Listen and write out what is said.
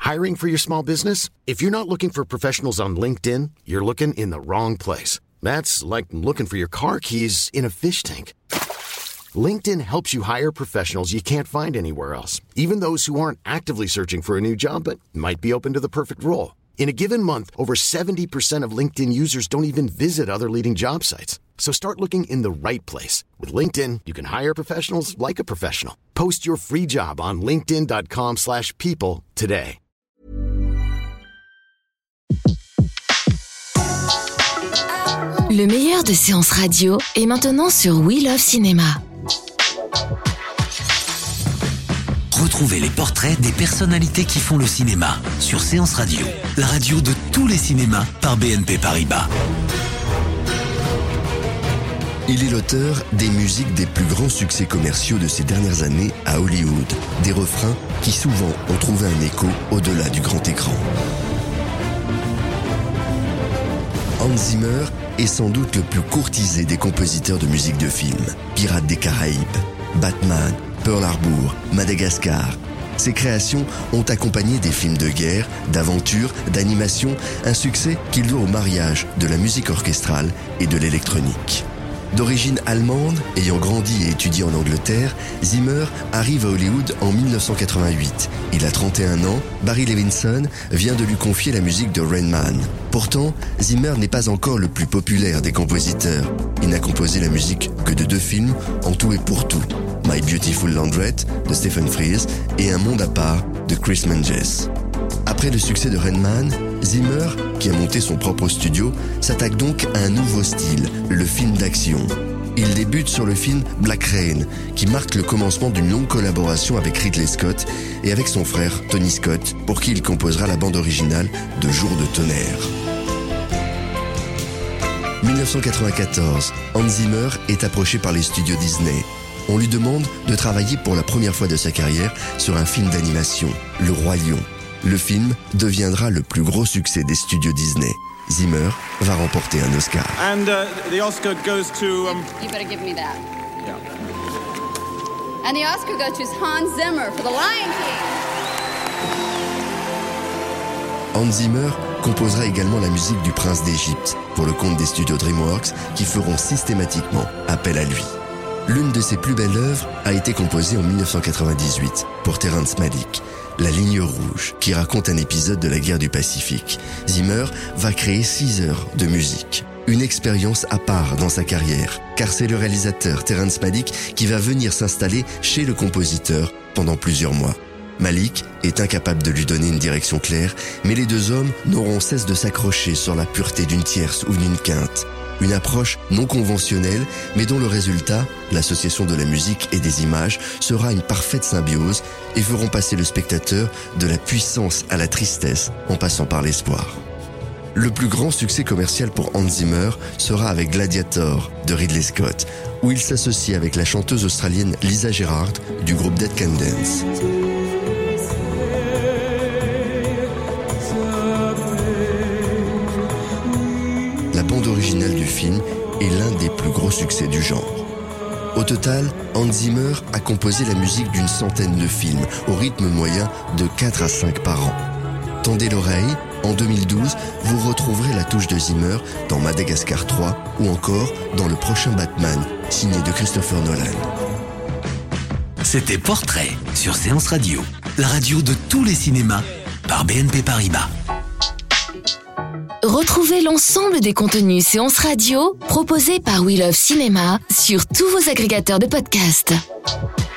Hiring for your small business? If you're not looking for professionals on LinkedIn, you're looking in the wrong place. That's like looking for your car keys in a fish tank. LinkedIn helps you hire professionals you can't find anywhere else, even those who aren't actively searching for a new job but might be open to the perfect role. In a given month, over 70% of LinkedIn users don't even visit other leading job sites. So start looking in the right place. With LinkedIn, you can hire professionals like a professional. Post your free job on linkedin.com/people today. Le meilleur de séances radio est maintenant sur We Love Cinéma. Retrouvez les portraits des personnalités qui font le cinéma sur Séance Radio, la radio de tous les cinémas par BNP Paribas. Il est l'auteur des musiques des plus grands succès commerciaux de ces dernières années à Hollywood. Des refrains qui souvent ont trouvé un écho au-delà du grand écran. Hans Zimmer est sans doute le plus courtisé des compositeurs de musique de film. Pirates des Caraïbes, Batman, Pearl Harbor, Madagascar. Ces créations ont accompagné des films de guerre, d'aventure, d'animation, un succès qu'il doit au mariage de la musique orchestrale et de l'électronique. D'origine allemande, ayant grandi et étudié en Angleterre, Zimmer arrive à Hollywood en 1988. Il a 31 ans, Barry Levinson vient de lui confier la musique de Rain Man. Pourtant, Zimmer n'est pas encore le plus populaire des compositeurs. Il n'a composé la musique que de 2 films, en tout et pour tout. My Beautiful Laundrette de Stephen Frears et Un monde à part de Chris Menges. Après le succès de Rain Man, Zimmer, qui a monté son propre studio, s'attaque donc à un nouveau style, le film d'action. Il débute sur le film Black Rain, qui marque le commencement d'une longue collaboration avec Ridley Scott et avec son frère Tony Scott, pour qui il composera la bande originale de Jour de tonnerre. 1994, Hans Zimmer est approché par les studios Disney. On lui demande de travailler pour la première fois de sa carrière sur un film d'animation, Le Roi Lion. Le film deviendra le plus gros succès des studios Disney. Zimmer va remporter un Oscar. And the Oscar goes to... You better give me that. Yeah. And the Oscar goes to Hans Zimmer for The Lion King. Hans Zimmer composera également la musique du Prince d'Égypte pour le compte des studios DreamWorks qui feront systématiquement appel à lui. L'une de ses plus belles œuvres a été composée en 1998 pour Terrence Malick, La Ligne Rouge, qui raconte un épisode de la guerre du Pacifique. Zimmer va créer 6 heures de musique. Une expérience à part dans sa carrière, car c'est le réalisateur Terrence Malick qui va venir s'installer chez le compositeur pendant plusieurs mois. Malick est incapable de lui donner une direction claire, mais les 2 hommes n'auront cesse de s'accrocher sur la pureté d'une tierce ou d'une quinte. Une approche non conventionnelle, mais dont le résultat, l'association de la musique et des images, sera une parfaite symbiose et feront passer le spectateur de la puissance à la tristesse en passant par l'espoir. Le plus grand succès commercial pour Hans Zimmer sera avec Gladiator de Ridley Scott, où il s'associe avec la chanteuse australienne Lisa Gerrard du groupe Dead Can Dance. La bande originale du film est l'un des plus gros succès du genre. Au total, Hans Zimmer a composé la musique d'une centaine de films, au rythme moyen de 4 à 5 par an. Tendez l'oreille, en 2012, vous retrouverez la touche de Zimmer dans Madagascar 3 ou encore dans le prochain Batman, signé de Christopher Nolan. C'était Portrait sur Séance Radio, la radio de tous les cinémas par BNP Paribas. Retrouvez l'ensemble des contenus séances radio proposés par We Love Cinéma sur tous vos agrégateurs de podcasts.